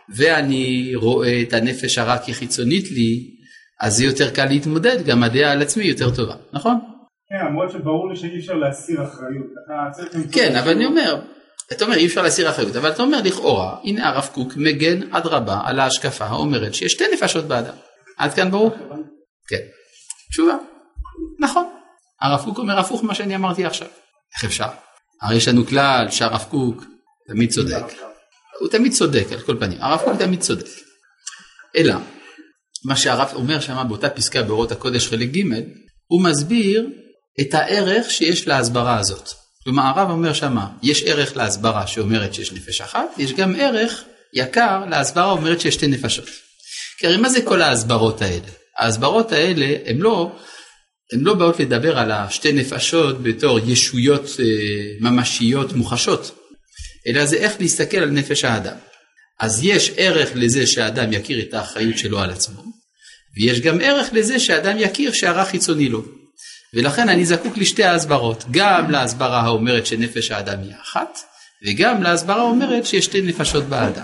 A: ואני רואה את הנפש הרע כחיצונית לי, אז זה יותר קל להתמודד, גם הדעה על עצמי יותר טובה, נכון?
E: כן, למרות שברור לי שאי אפשר להסיר אחריות.
A: כן, אבל אני אומר, אתה אומר אי אפשר להסיר אחריות, אבל אתה אומר לכאורה, הנה הרב קוק מגן עד רבה על ההשקפה האומרת שיש שתי נפשות באדם. עד כאן ברור? כן. תשובה. נכון. הרב קוק אומר הפוך מה שאני אמרתי עכשיו. איך אפשר? הרי יש לנו כלל שהרב קוק תמיד צודק. הוא תמיד צודק על כל פנים. הרב קוק תמיד צודק. אלא, מה שהרב אומר שם באותה פסקה באורות הקודש חלק ג' הוא מסביר את הערך שיש להסברה הזאת. כלומר הרב אומר שם, יש ערך להסברה שאומרת שיש נפש אחת, יש גם ערך יקר להסברה אומרת שיש שתי נפשות. כי הרי מה זה כל ההסברות האלה? ההסברות האלה הן לא, הן לא באות לדבר על השתי נפשות בתור ישויות אה, ממשיות מוחשות, אלא זה איך להסתכל על נפש האדם. אז יש ערך לזה שהאדם יכיר את האחריות שלו על עצמו, ויש גם ערך לזה שהאדם יכיר שהרע חיצוני לו. ולכן אני זקוק לשתי ההסברות, גם להסברה האומרת שנפש האדם היא אחת, וגם להסברה האומרת שיש שתי נפשות באדם.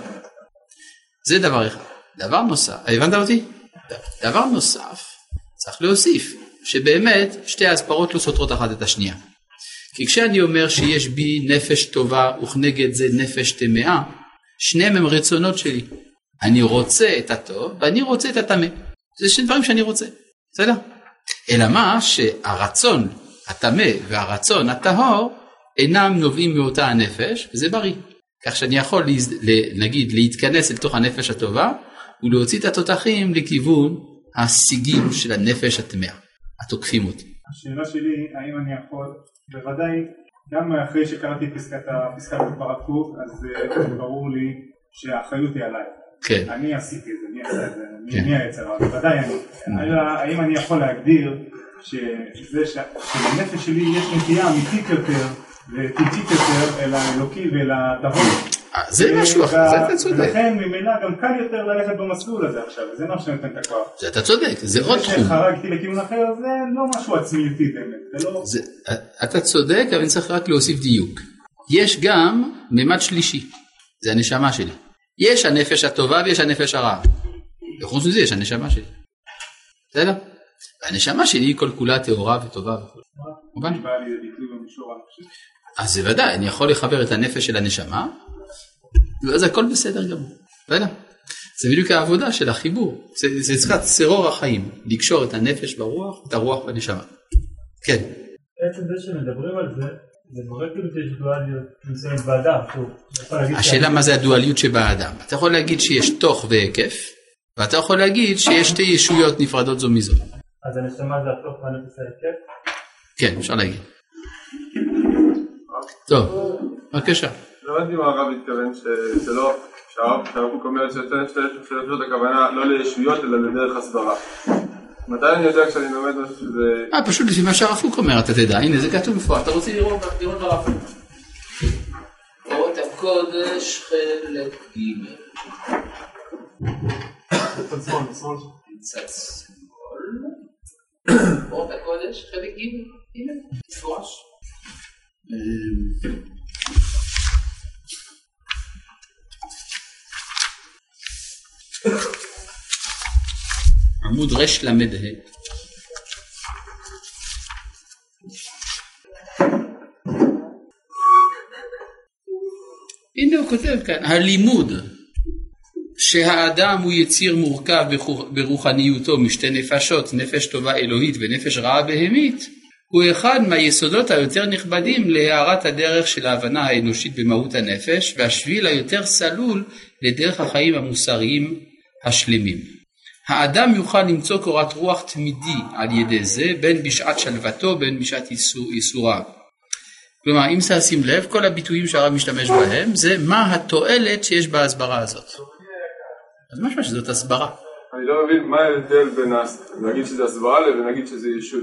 A: זה דבר אחד. דבר נוסף, הבנת אותי? דבר נוסף, צריך להוסיף, שבאמת שתי ההסברות לא סותרות אחת את השנייה. כי כשאני אומר שיש בי נפש טובה וכנגד זה נפש טמאה, שניהם הם רצונות שלי. אני רוצה את הטוב ואני רוצה את הטמא. זה שני דברים שאני רוצה. בסדר? אלא מה שהרצון הטמא והרצון הטהור אינם נובעים מאותה הנפש, וזה בריא. כך שאני יכול נגיד להתכנס לתוך הנפש הטובה ולהוציא את התותחים לכיוון השיגים של הנפש הטמאה, התוקפים אותי.
E: השאלה שלי, האם אני יכול, בוודאי, גם אחרי שקראתי פסקת הפסקת ברב קוק, אז ברור לי שהאחריות היא עליי.
A: כן.
E: אני עשיתי את זה, אני עשה את זה, אני היצר, אבל בוודאי אני. האם אני יכול להגדיר שלנפש שלי יש נטייה אמיתית יותר וטיפית יותר אל האלוקי ואל הטהור.
A: זה משהו אחר, זה אתה צודק.
E: ולכן ממילא גם קל יותר ללכת במסלול הזה עכשיו, וזה מה שנותן את הכוח.
A: זה אתה צודק, זה עוד תחום.
E: זה שחרגתי לכיוון אחר, זה לא משהו עצמיותי באמת, זה לא...
A: אתה צודק, אבל אני צריך רק להוסיף דיוק. יש גם ממד שלישי, זה הנשמה שלי. יש הנפש הטובה ויש הנפש הרעה. וחוץ מזה יש הנשמה שלי. בסדר? והנשמה שלי היא כל כולה טהורה וטובה וכו'. מובן?
E: היא באה לידי ביטוי במישור הנפשי.
A: אז זה ודאי, אני יכול לחבר את הנפש של הנשמה, ואז הכל בסדר גמור. בסדר? זה בדיוק העבודה של החיבור. זה, זה צריכה צרור החיים, לקשור את הנפש ברוח, את הרוח בנשמה. כן.
G: בעצם זה שמדברים על זה, זה מראה כאילו שיש דואליות מסוימת באדם.
A: השאלה מה זה הדואליות שבאדם. אתה יכול להגיד שיש תוך והיקף, ואתה יכול להגיד שיש שתי ישויות נפרדות זו מזו.
G: אז הנשמה זה התוך והנפש ההיקף?
A: כן, אפשר להגיד. טוב, בבקשה.
H: לא יודעת אם הרב התכוון שלא, שהרב קוק אומר ששתי נפשות הכוונה לא לישויות אלא לדרך הסברה. מתי אני יודע כשאני לומד משהו שזה...
A: אה, פשוט לפי מה שהרב קוק אומר, אתה תדע, הנה זה כתוב מפורט, אתה רוצה לראות ברב קוק. אורות הקודש חלק ג'
H: צד שמאל, שמאל.
A: צד שמאל. אורות הקודש חלק ג' הנה, מפורש. עמוד רש למד ה. הנה הוא כותב כאן, הלימוד שהאדם הוא יציר מורכב ברוחניותו משתי נפשות, נפש טובה אלוהית ונפש רעה בהמית, הוא אחד מהיסודות היותר נכבדים להארת הדרך של ההבנה האנושית במהות הנפש, והשביל היותר סלול לדרך החיים המוסריים השלמים. האדם יוכל למצוא קורת רוח תמידי על ידי זה, בין בשעת שלוותו, בין בשעת ייסוריו. כלומר, אם תשים לב, כל הביטויים שהרב משתמש בהם, זה מה התועלת שיש בהסברה הזאת. אז משמע שזאת הסברה.
H: אני לא מבין מה ההבדל בין להגיד שזה הסברה ולהגיד שזה ישות.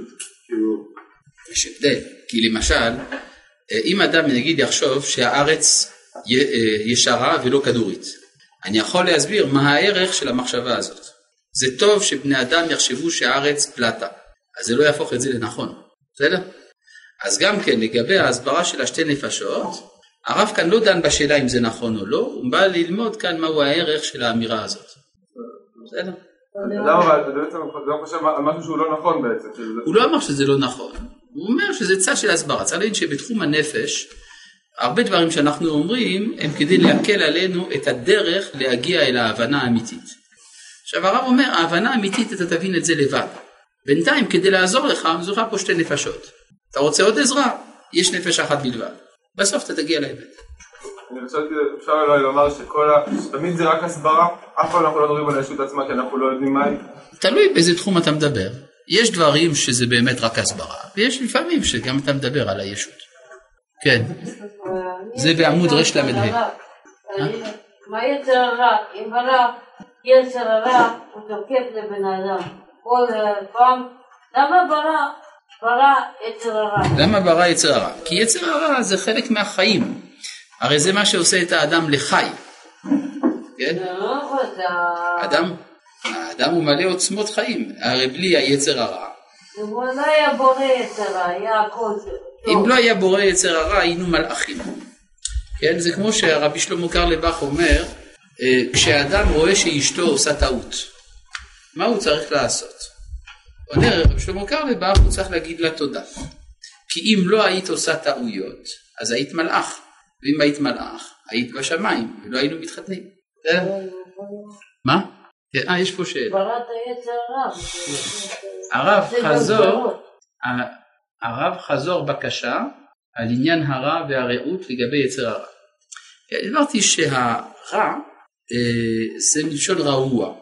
A: יש הבדל, כי למשל, אם אדם נגיד יחשוב שהארץ ישרה ולא כדורית, אני יכול להסביר מה הערך של המחשבה הזאת. זה טוב שבני אדם יחשבו שהארץ פלטה, אז זה לא יהפוך את זה לנכון, בסדר? אז גם כן לגבי ההסברה של השתי נפשות, הרב כאן לא דן בשאלה אם זה נכון או לא, הוא בא ללמוד כאן מהו הערך של האמירה הזאת. בסדר?
H: למה? אתה בעצם לא חושב על משהו שהוא לא נכון בעצם.
A: הוא לא אמר שזה לא נכון, הוא אומר שזה צד של הסברה. צריך להגיד שבתחום הנפש, הרבה דברים שאנחנו אומרים הם כדי להקל עלינו את הדרך להגיע אל ההבנה האמיתית. עכשיו הרב אומר, ההבנה האמיתית אתה תבין את זה לבד. בינתיים כדי לעזור לך, זוכה פה שתי נפשות. אתה רוצה עוד עזרה? יש נפש אחת בלבד. בסוף אתה תגיע לאמת.
H: אני חושבתי, אפשר אולי לומר שתמיד זה רק הסברה, אף פעם אנחנו לא מדברים על הישות עצמה, כי אנחנו לא יודעים מה היא.
A: תלוי באיזה תחום אתה מדבר. יש דברים שזה באמת רק הסברה, ויש לפעמים שגם אתה מדבר על הישות. כן. זה בעמוד רש למדה.
F: מה יצר הרע? אם הרע, יצר הרע, הוא תוקף לבן אדם. כל פעם, למה ברע? ברע יצר הרע.
A: למה ברע יצר הרע? כי יצר הרע זה חלק מהחיים. הרי זה מה שעושה את האדם לחי. כן? האדם, האדם הוא מלא עוצמות חיים. הרי בלי היצר הרע.
F: אם לא היה בורא יצר הרע, היה הכל טוב.
A: אם לא היה בורא יצר הרע, היינו מלאכים. כן? זה כמו שהרבי שלמה קרליבך אומר, כשאדם רואה שאשתו עושה טעות, מה הוא צריך לעשות? אומר רבי שלמה קרליבך, הוא צריך להגיד לה תודה. כי אם לא היית עושה טעויות, אז היית מלאך. ואם היית מלאך, היית בשמיים, ולא היינו מתחתנים. מה? אה, יש פה שאלה.
F: בראת יצר הרע.
A: הרב חזור, הרב חזור בקשה על עניין הרע והרעות לגבי יצר הרע. אמרתי שהרע זה מלשון רעוע.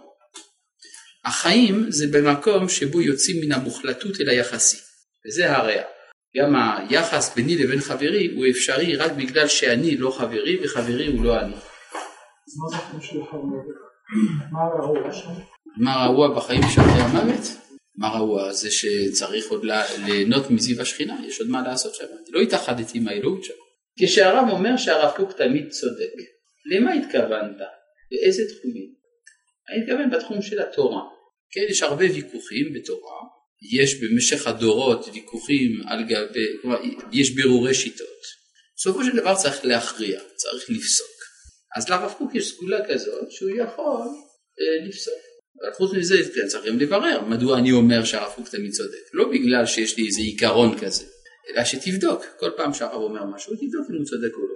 A: החיים זה במקום שבו יוצאים מן המוחלטות אל היחסי, וזה הרע. גם היחס ביני לבין חברי הוא אפשרי רק בגלל שאני לא חברי וחברי הוא לא אני.
E: אז מה זה חושב של חברי? מה רעוע שם?
A: מה רעוע בחיים של אחרי המוות? מה רעוע? זה שצריך עוד ליהנות מזיו השכינה, יש עוד מה לעשות שם. לא התאחדתי עם האלוהות שם. כשהרב אומר שהרב קוק תמיד צודק, למה התכוונת? באיזה תחומים? אני מתכוון בתחום של התורה. כן, יש הרבה ויכוחים בתורה, יש במשך הדורות ויכוחים על גבי, כלומר, יש בירורי שיטות. בסופו של דבר צריך להכריע, צריך לפסוק. אז לרב קוק יש סגולה כזאת שהוא יכול אה, לפסוק. אבל חוץ מזה צריך גם לברר מדוע אני אומר שהרב קוק תמיד צודק. לא בגלל שיש לי איזה עיקרון כזה, אלא שתבדוק. כל פעם שהרב אומר משהו, תבדוק אם הוא צודק או לא.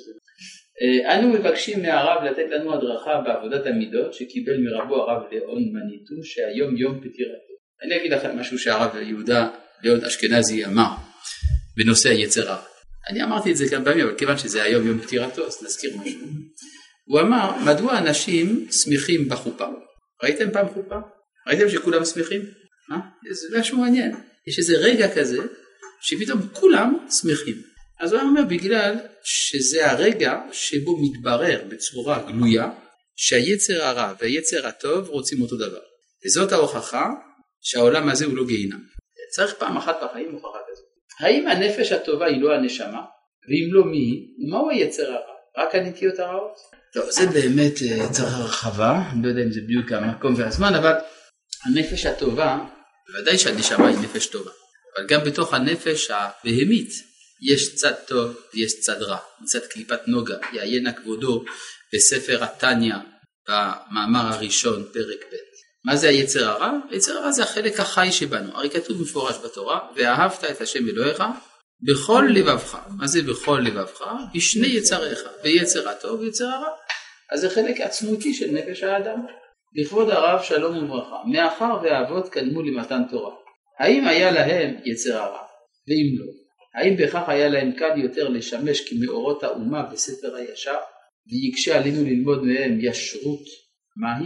A: אה, אנו מבקשים מהרב לתת לנו הדרכה בעבודת המידות שקיבל מרבו הרב ליאון מניטו שהיום יום פטירתו. אני אגיד לכם משהו שהרב יהודה ליאון אשכנזי אמר בנושא היצר הרע. אני אמרתי את זה כמה פעמים, אבל כיוון שזה היום יום פטירתו, אז נזכיר משהו. הוא אמר, מדוע אנשים שמחים בחופה? ראיתם פעם חופה? ראיתם שכולם שמחים? אה? זה משהו מעניין. יש איזה רגע כזה, שפתאום כולם שמחים. אז הוא אומר, בגלל שזה הרגע שבו מתברר בצורה גלויה, שהיצר הרע והיצר הטוב רוצים אותו דבר. וזאת ההוכחה שהעולם הזה הוא לא גיהינם. צריך פעם אחת בחיים הוכחה כזאת. האם הנפש הטובה היא לא הנשמה? ואם לא מי, מהו היצר הרע? רק הנטיות הרעות? טוב, זה באמת צריך הרחבה, אני לא יודע אם זה בדיוק המקום והזמן, אבל הנפש הטובה, בוודאי שהנשמה היא נפש טובה, אבל גם בתוך הנפש הבהמית יש צד טוב ויש צד רע. מצד קליפת נוגה, יעיין כבודו בספר התניא במאמר הראשון פרק ב'. מה זה היצר הרע? היצר הרע זה החלק החי שבנו. הרי כתוב מפורש בתורה, ואהבת את השם אלוהיך בכל לבבך. מה זה בכל לבבך? בשני יצריך, ביצר הטוב ויצר הרע. אז זה חלק עצמותי של נפש האדם. לכבוד הרב שלום וברכה, מאחר והאבות קדמו למתן תורה, האם היה להם יצר הרע? ואם לא, האם בכך היה להם קל יותר לשמש כמאורות האומה בספר הישר, ויקשה עלינו ללמוד מהם ישרות מהי?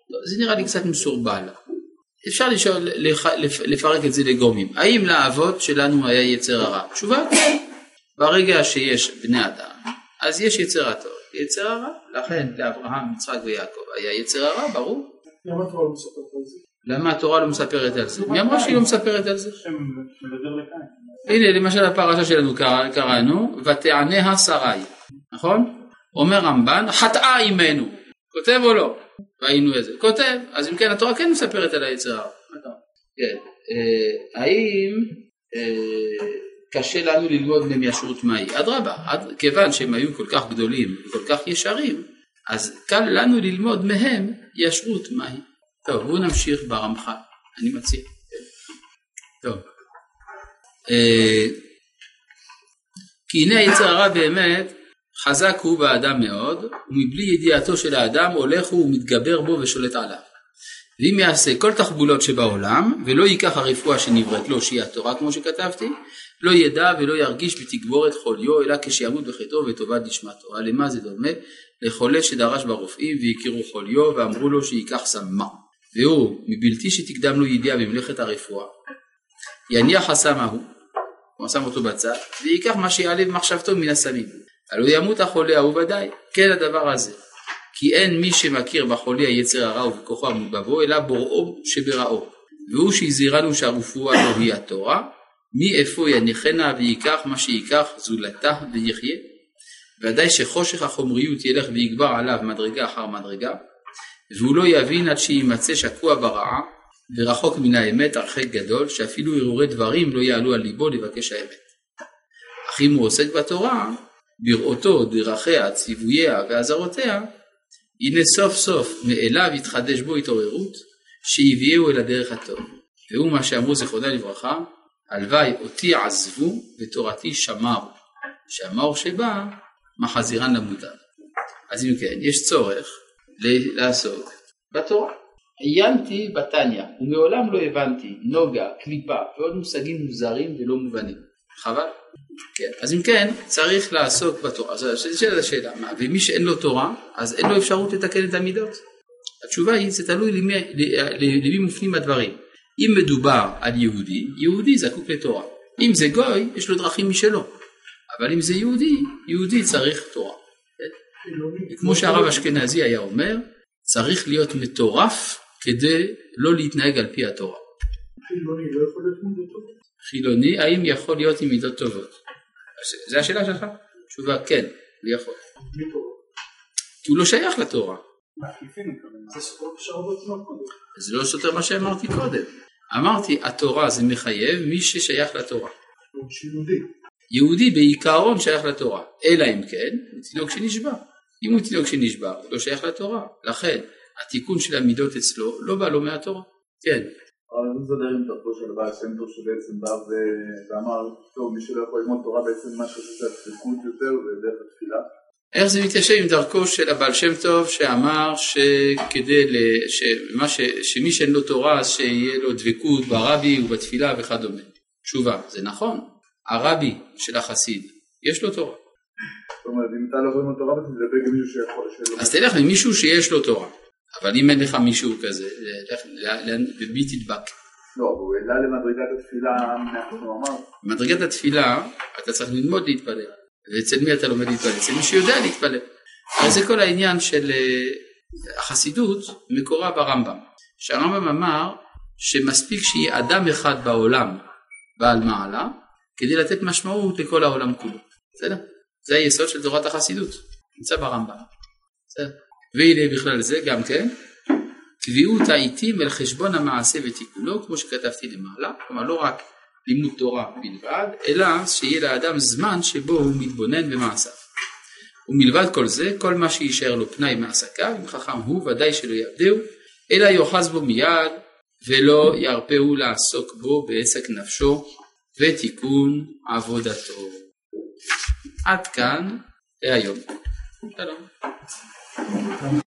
A: לא, זה נראה לי קצת מסורבל. אפשר לשאול, לפרק את זה לגורמים. האם לאבות שלנו היה יצר הרע? תשובה כן. ברגע שיש בני אדם, אז יש יצר הטוב, יצר הרע. לכן לאברהם, יצחק ויעקב היה יצר הרע, ברור.
C: למה התורה לא מספרת על זה?
A: למה התורה לא מספרת על זה? מי אמרה שהיא לא מספרת על זה? הנה למשל הפרשה שלנו קראנו, ותעניה שרי, נכון? אומר רמב"ן, חטאה אימנו, כותב או לא? ראינו איזה, כותב, אז אם כן התורה כן מספרת על היצר הרע. כן, האם קשה לנו ללמוד מהם ישרות מהי? אדרבה, כיוון שהם היו כל כך גדולים וכל כך ישרים, אז קל לנו ללמוד מהם ישרות מהי. טוב, בואו נמשיך ברמח"ל, אני מציע. טוב. כי הנה היצר הרע באמת חזק הוא באדם מאוד, ומבלי ידיעתו של האדם הולך הוא ומתגבר בו ושולט עליו. ואם יעשה כל תחבולות שבעולם, ולא ייקח הרפואה שנבראת לו שהיא התורה כמו שכתבתי, לא ידע ולא ירגיש בתגבורת חוליו, אלא כשימות בחטאו וטובת נשמתו. למה זה דומה? לחולה שדרש ברופאים והכירו חוליו ואמרו לו שיקח סמה. והוא, מבלתי שתקדם לו ידיעה במלאכת הרפואה, יניח הסם ההוא, הוא שם אותו בצד, ויקח מה שיעלה במחשבתו מן הסמים. הלא ימות החולה ההוא ודאי, כן הדבר הזה. כי אין מי שמכיר בחולה היצר הרע ובכוחו המוגבו, אלא בוראו שבראו. והוא שהזהירנו שהרפואה לא היא התורה, מי איפה יניחנה ויקח מה שיקח זולתה ויחיה. ודאי שחושך החומריות ילך ויגבר עליו מדרגה אחר מדרגה, והוא לא יבין עד שימצא שקוע ברעה, ורחוק מן האמת הרחק גדול, שאפילו הרהורי דברים לא יעלו על ליבו לבקש האמת. אך אם הוא עוסק בתורה, בראותו, דרכיה, ציווייה ועזרותיה, הנה סוף סוף מאליו יתחדש בו התעוררות, שיביאהו אל הדרך הטוב. והוא מה שאמרו זיכרונה לברכה, הלוואי אותי עזבו ותורתי שמרו, שאמר שבא מחזירן למוטב. אז אם כן, יש צורך לעסוק בתורה. עיינתי בתניא ומעולם לא הבנתי נוגה, קליפה ועוד מושגים מוזרים ולא מובנים. חבל? כן. אז אם כן, צריך לעסוק בתורה. אז השאלה, השאלה, מה? ומי שאין לו תורה, אז אין לו אפשרות לתקן את המידות. התשובה היא, זה תלוי למי, למי מופנים הדברים. אם מדובר על יהודי, יהודי זקוק לתורה. אם זה גוי, יש לו דרכים משלו. אבל אם זה יהודי, יהודי צריך תורה. כמו שהרב אשכנזי היה אומר, צריך להיות מטורף כדי לא להתנהג על פי התורה.
C: חילוני לא יכול להיות מידות טובות?
A: חילוני, האם יכול להיות עם מידות טובות? זה השאלה שלך? תשובה, כן, הוא יכול. כי הוא לא שייך לתורה. זה לא סותר מה שאמרתי קודם. אמרתי, התורה זה מחייב מי ששייך לתורה. יהודי בעיקרון שייך לתורה, אלא אם כן, הוא תינוק שנשבע. אם הוא תינוק שנשבע, הוא לא שייך לתורה. לכן, התיקון של המידות אצלו לא בא לו מהתורה. כן.
B: אבל אני מסדר עם תרפו של הבעל שם טוב שבעצם בא ואמר, טוב, מי שלא יכול ללמוד תורה בעצם מה שעושה את התיקון יותר ודרך התפילה.
A: איך זה מתיישב עם דרכו של הבעל שם טוב שאמר שכדי שמה ש... שמי שאין לו תורה אז שיהיה לו דבקות ברבי ובתפילה וכדומה. תשובה, זה נכון. הרבי של החסיד, יש לו תורה.
B: זאת אומרת, אם אתה לא רואה תורה, אתה תדבר גם מישהו שיכול...
A: אז תלך למישהו שיש לו תורה. אבל אם אין לך מישהו כזה, בי תדבק.
B: לא, הוא העלה למדרגת התפילה, אנחנו אמר.
A: במדרגת התפילה, אתה צריך ללמוד להתפלל. ואצל מי אתה לומד להתפלל? אצל מי שיודע להתפלל. אז זה כל העניין של החסידות, מקורה ברמב"ם. שהרמב"ם אמר שמספיק שיהיה אדם אחד בעולם, בעל מעלה, כדי לתת משמעות לכל העולם כולו. בסדר? זה היסוד של תורת החסידות. נמצא ברמב"ם. בסדר? והנה בכלל זה גם כן, קביעות העיתים אל חשבון המעשה ותיקונו, כמו שכתבתי למעלה, כלומר לא רק לימוד תורה בלבד, אלא שיהיה לאדם זמן שבו הוא מתבונן במעשיו. ומלבד כל זה, כל מה שישאר לו פנאי מעסקיו, אם חכם הוא ודאי שלא יעבדהו, אלא יוחז בו מיד, ולא ירפאו לעסוק בו בעסק נפשו, ותיקון עבודתו. עד כאן להיום. שלום.